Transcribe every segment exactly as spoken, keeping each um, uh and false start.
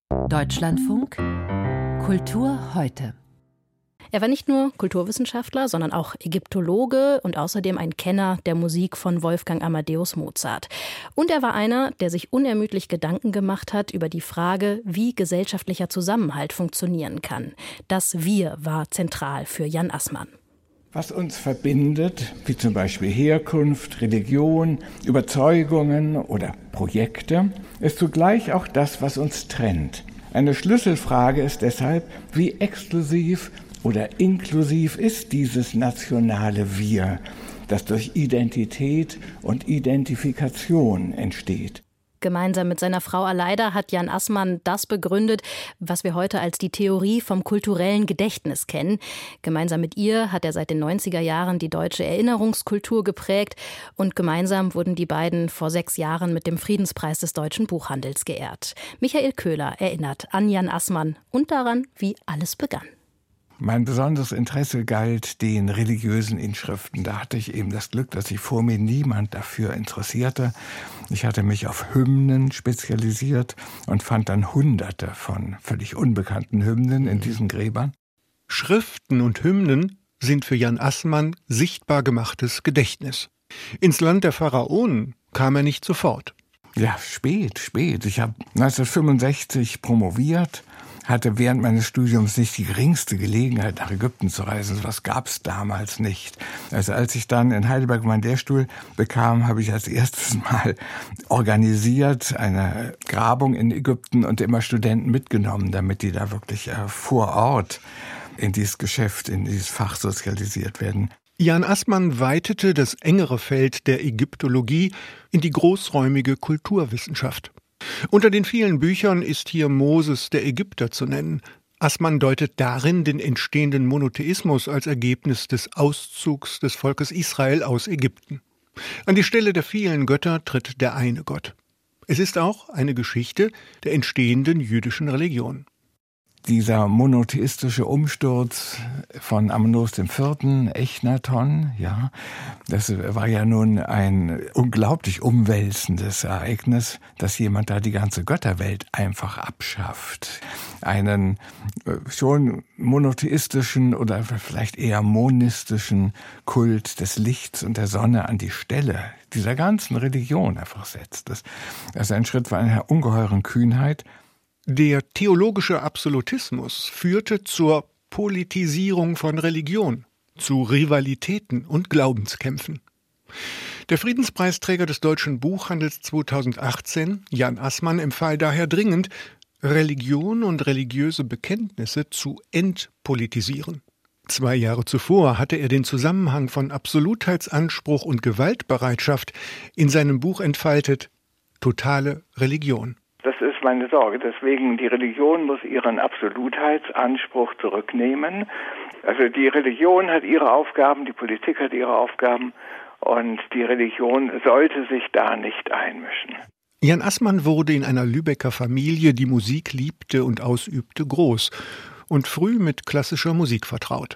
Deutschlandfunk Kultur heute. Er war nicht nur Kulturwissenschaftler, sondern auch Ägyptologe und außerdem ein Kenner der Musik von Wolfgang Amadeus Mozart. Und er war einer, der sich unermüdlich Gedanken gemacht hat über die Frage, wie gesellschaftlicher Zusammenhalt funktionieren kann. Das Wir war zentral für Jan Assmann. Was uns verbindet, wie zum Beispiel Herkunft, Religion, Überzeugungen oder Projekte, ist zugleich auch das, was uns trennt. Eine Schlüsselfrage ist deshalb, wie exklusiv oder inklusiv ist dieses nationale Wir, das durch Identität und Identifikation entsteht. Gemeinsam mit seiner Frau Aleida hat Jan Assmann das begründet, was wir heute als die Theorie vom kulturellen Gedächtnis kennen. Gemeinsam mit ihr hat er seit den neunziger Jahren die deutsche Erinnerungskultur geprägt und gemeinsam wurden die beiden vor sechs Jahren mit dem Friedenspreis des deutschen Buchhandels geehrt. Michael Köhler erinnert an Jan Assmann und daran, wie alles begann. Mein besonderes Interesse galt den religiösen Inschriften. Da hatte ich eben das Glück, dass sich vor mir niemand dafür interessierte. Ich hatte mich auf Hymnen spezialisiert und fand dann Hunderte von völlig unbekannten Hymnen in diesen Gräbern. Schriften und Hymnen sind für Jan Assmann sichtbar gemachtes Gedächtnis. Ins Land der Pharaonen kam er nicht sofort. Ja, spät, spät. Ich habe neunzehnhundertfünfundsechzig promoviert, hatte während meines Studiums nicht die geringste Gelegenheit, nach Ägypten zu reisen. Was gab es damals nicht. Also als ich dann in Heidelberg meinen Lehrstuhl bekam, habe ich als erstes Mal organisiert eine Grabung in Ägypten und immer Studenten mitgenommen, damit die da wirklich äh, vor Ort in dieses Geschäft, in dieses Fach sozialisiert werden. Jan Assmann weitete das engere Feld der Ägyptologie in die großräumige Kulturwissenschaft. Unter den vielen Büchern ist hier Moses der Ägypter zu nennen. Assmann deutet darin den entstehenden Monotheismus als Ergebnis des Auszugs des Volkes Israel aus Ägypten. An die Stelle der vielen Götter tritt der eine Gott. Es ist auch eine Geschichte der entstehenden jüdischen Religion. Dieser monotheistische Umsturz von Amnos der Vierte, Echnaton, ja, das war ja nun ein unglaublich umwälzendes Ereignis, dass jemand da die ganze Götterwelt einfach abschafft. Einen schon monotheistischen oder vielleicht eher monistischen Kult des Lichts und der Sonne an die Stelle dieser ganzen Religion einfach setzt. Das ist ein Schritt von einer ungeheuren Kühnheit. Der theologische Absolutismus führte zur Politisierung von Religion, zu Rivalitäten und Glaubenskämpfen. Der Friedenspreisträger des deutschen Buchhandels zweitausendachtzehn, Jan Assmann, empfahl daher dringend, Religion und religiöse Bekenntnisse zu entpolitisieren. Zwei Jahre zuvor hatte er den Zusammenhang von Absolutheitsanspruch und Gewaltbereitschaft in seinem Buch entfaltet, Totale Religion. Das ist meine Sorge. Deswegen, die Religion muss ihren Absolutheitsanspruch zurücknehmen. Also die Religion hat ihre Aufgaben, die Politik hat ihre Aufgaben und die Religion sollte sich da nicht einmischen. Jan Assmann wurde in einer Lübecker Familie, die Musik liebte und ausübte, groß und früh mit klassischer Musik vertraut.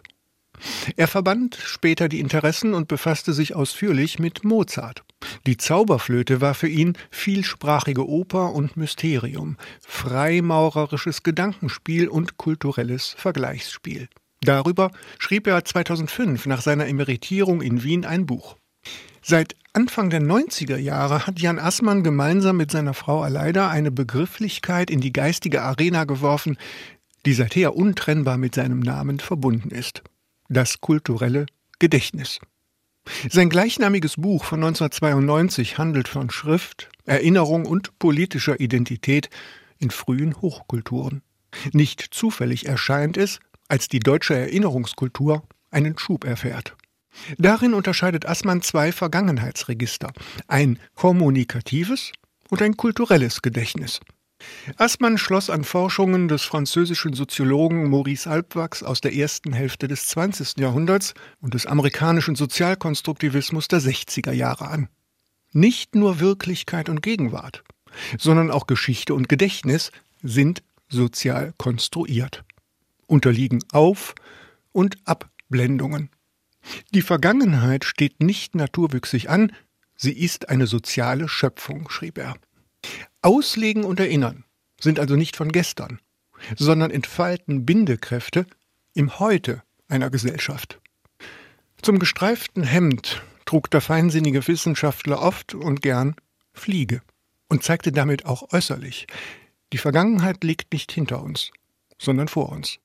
Er verband später die Interessen und befasste sich ausführlich mit Mozart. Die Zauberflöte war für ihn vielsprachige Oper und Mysterium, freimaurerisches Gedankenspiel und kulturelles Vergleichsspiel. Darüber schrieb er zweitausendfünf nach seiner Emeritierung in Wien ein Buch. Seit Anfang der neunziger Jahre hat Jan Assmann gemeinsam mit seiner Frau Aleida eine Begrifflichkeit in die geistige Arena geworfen, die seither untrennbar mit seinem Namen verbunden ist. Das kulturelle Gedächtnis. Sein gleichnamiges Buch von neunzehnhundertzweiundneunzig handelt von Schrift, Erinnerung und politischer Identität in frühen Hochkulturen. Nicht zufällig erscheint es, als die deutsche Erinnerungskultur einen Schub erfährt. Darin unterscheidet Assmann zwei Vergangenheitsregister, ein kommunikatives und ein kulturelles Gedächtnis. Assmann schloss an Forschungen des französischen Soziologen Maurice Halbwachs aus der ersten Hälfte des zwanzigsten Jahrhunderts und des amerikanischen Sozialkonstruktivismus der sechziger Jahre an. Nicht nur Wirklichkeit und Gegenwart, sondern auch Geschichte und Gedächtnis sind sozial konstruiert, unterliegen Auf- und Abblendungen. Die Vergangenheit steht nicht naturwüchsig an, sie ist eine soziale Schöpfung, schrieb er. Auslegen und Erinnern sind also nicht von gestern, sondern entfalten Bindekräfte im Heute einer Gesellschaft. Zum gestreiften Hemd trug der feinsinnige Wissenschaftler oft und gern Fliege und zeigte damit auch äußerlich: Die Vergangenheit liegt nicht hinter uns, sondern vor uns.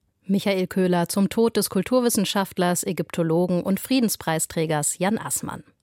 Michael Köhler zum Tod des Kulturwissenschaftlers, Ägyptologen und Friedenspreisträgers Jan Assmann.